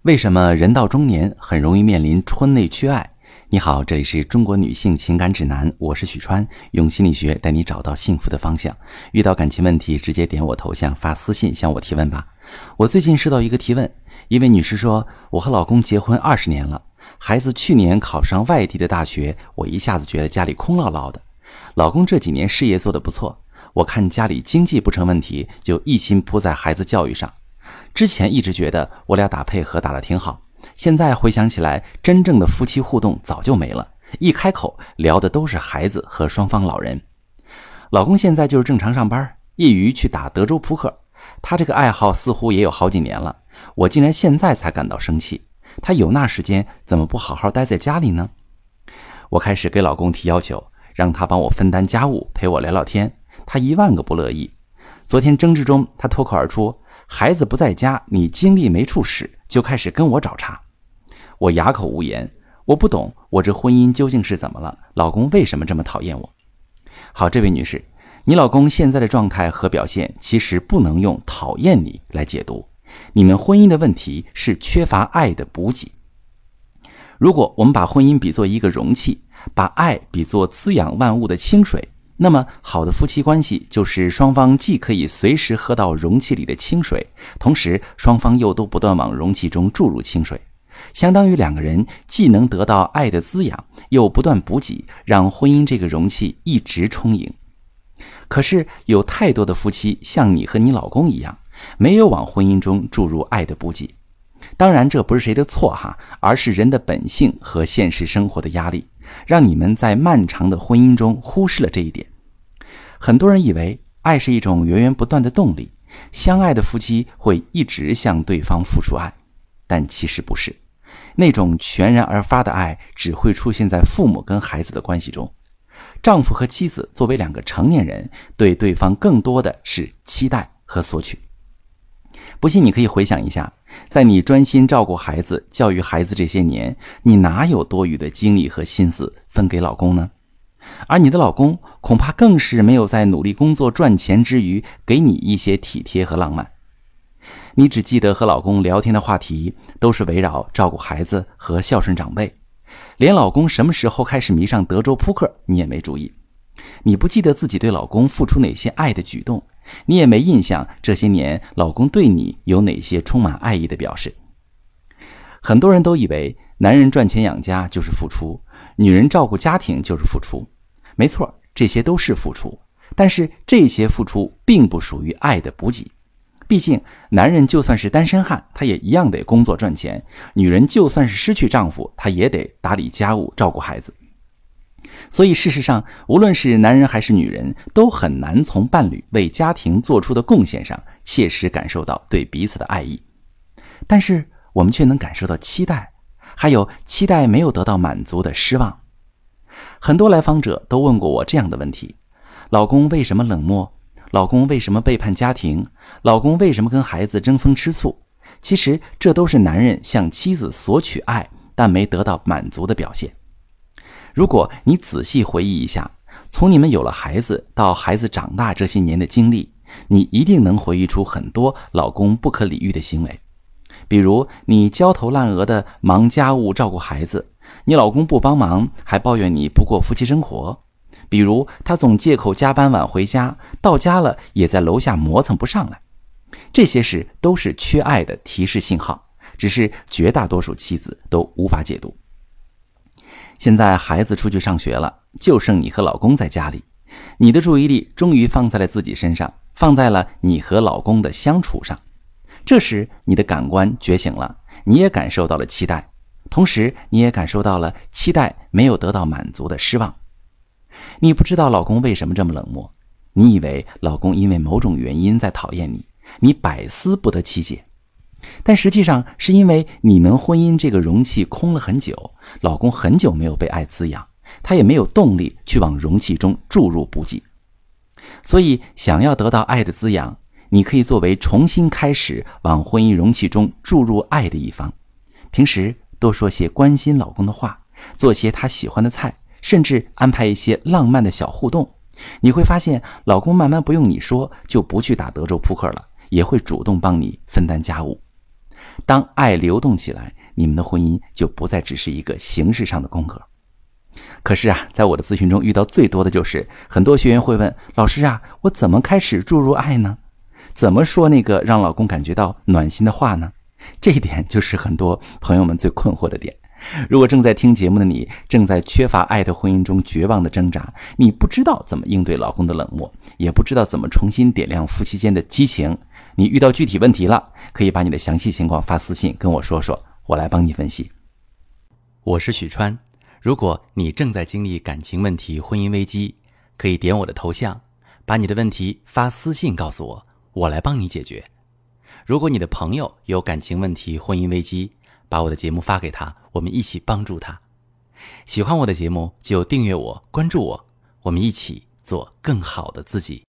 为什么人到中年很容易面临婚内缺爱？你好，这里是中国女性情感指南，我是许川，用心理学带你找到幸福的方向。遇到感情问题，直接点我头像发私信向我提问吧。我最近收到一个提问，一位女士说，我和老公结婚20年了，孩子去年考上外地的大学，我一下子觉得家里空落落的。老公这几年事业做得不错，我看家里经济不成问题，就一心扑在孩子教育上。之前一直觉得我俩打配合打得挺好，现在回想起来，真正的夫妻互动早就没了，一开口聊的都是孩子和双方老人。老公现在就是正常上班，业余去打德州扑克，他这个爱好似乎也有好几年了，我竟然现在才感到生气。他有那时间怎么不好好待在家里呢？我开始给老公提要求，让他帮我分担家务，陪我聊聊天，他10000个不乐意。昨天争执中，他脱口而出，孩子不在家，你精力没处使，就开始跟我找茬。我哑口无言，我不懂我这婚姻究竟是怎么了，老公为什么这么讨厌我？好，这位女士，你老公现在的状态和表现其实不能用讨厌你来解读，你们婚姻的问题是缺乏爱的补给。如果我们把婚姻比作一个容器，把爱比作滋养万物的清水，那么好的夫妻关系就是双方既可以随时喝到容器里的清水，同时双方又都不断往容器中注入清水，相当于两个人既能得到爱的滋养，又不断补给，让婚姻这个容器一直充盈。可是有太多的夫妻像你和你老公一样，没有往婚姻中注入爱的补给。当然这不是谁的错哈，而是人的本性和现实生活的压力，让你们在漫长的婚姻中忽视了这一点。很多人以为爱是一种源源不断的动力，相爱的夫妻会一直向对方付出爱，但其实不是。那种全然而发的爱只会出现在父母跟孩子的关系中。丈夫和妻子作为2个成年人，对对方更多的是期待和索取。不信你可以回想一下，在你专心照顾孩子、教育孩子这些年，你哪有多余的精力和心思分给老公呢？而你的老公恐怕更是没有在努力工作赚钱之余给你一些体贴和浪漫。你只记得和老公聊天的话题都是围绕照顾孩子和孝顺长辈，连老公什么时候开始迷上德州扑克你也没注意。你不记得自己对老公付出哪些爱的举动，你也没印象这些年老公对你有哪些充满爱意的表示。很多人都以为男人赚钱养家就是付出，女人照顾家庭就是付出。没错，这些都是付出，但是这些付出并不属于爱的补给。毕竟男人就算是单身汉，他也一样得工作赚钱，女人就算是失去丈夫，他也得打理家务照顾孩子。所以事实上，无论是男人还是女人，都很难从伴侣为家庭做出的贡献上切实感受到对彼此的爱意。但是我们却能感受到期待，还有期待没有得到满足的失望。很多来访者都问过我这样的问题：老公为什么冷漠？老公为什么背叛家庭？老公为什么跟孩子争风吃醋？其实这都是男人向妻子索取爱但没得到满足的表现。如果你仔细回忆一下，从你们有了孩子到孩子长大这些年的经历，你一定能回忆出很多老公不可理喻的行为。比如你焦头烂额的忙家务照顾孩子，你老公不帮忙，还抱怨你不过夫妻生活。比如他总借口加班晚回家，到家了也在楼下磨蹭不上来。这些事都是缺爱的提示信号，只是绝大多数妻子都无法解读。现在孩子出去上学了，就剩你和老公在家里，你的注意力终于放在了自己身上，放在了你和老公的相处上。这时你的感官觉醒了，你也感受到了期待，同时你也感受到了期待没有得到满足的失望。你不知道老公为什么这么冷漠，你以为老公因为某种原因在讨厌你，你百思不得其解。但实际上是因为你们婚姻这个容器空了很久，老公很久没有被爱滋养，他也没有动力去往容器中注入补给。所以想要得到爱的滋养，你可以作为重新开始往婚姻容器中注入爱的一方。平时多说些关心老公的话，做些他喜欢的菜，甚至安排一些浪漫的小互动，你会发现老公慢慢不用你说就不去打德州扑克了，也会主动帮你分担家务。 当爱流动起来，你们的婚姻就不再只是一个形式上的宫格。可是啊，在我的咨询中遇到最多的就是很多学员会问，老师啊，我怎么开始注入爱呢？怎么说那个让老公感觉到暖心的话呢？这一点就是很多朋友们最困惑的点。如果正在听节目的你，正在缺乏爱的婚姻中绝望的挣扎，你不知道怎么应对老公的冷漠，也不知道怎么重新点亮夫妻间的激情，你遇到具体问题了，可以把你的详细情况发私信跟我说说，我来帮你分析。我是许川，如果你正在经历感情问题、婚姻危机，可以点我的头像，把你的问题发私信告诉我，我来帮你解决。如果你的朋友有感情问题、婚姻危机，把我的节目发给他，我们一起帮助他。喜欢我的节目就订阅我、关注我，我们一起做更好的自己。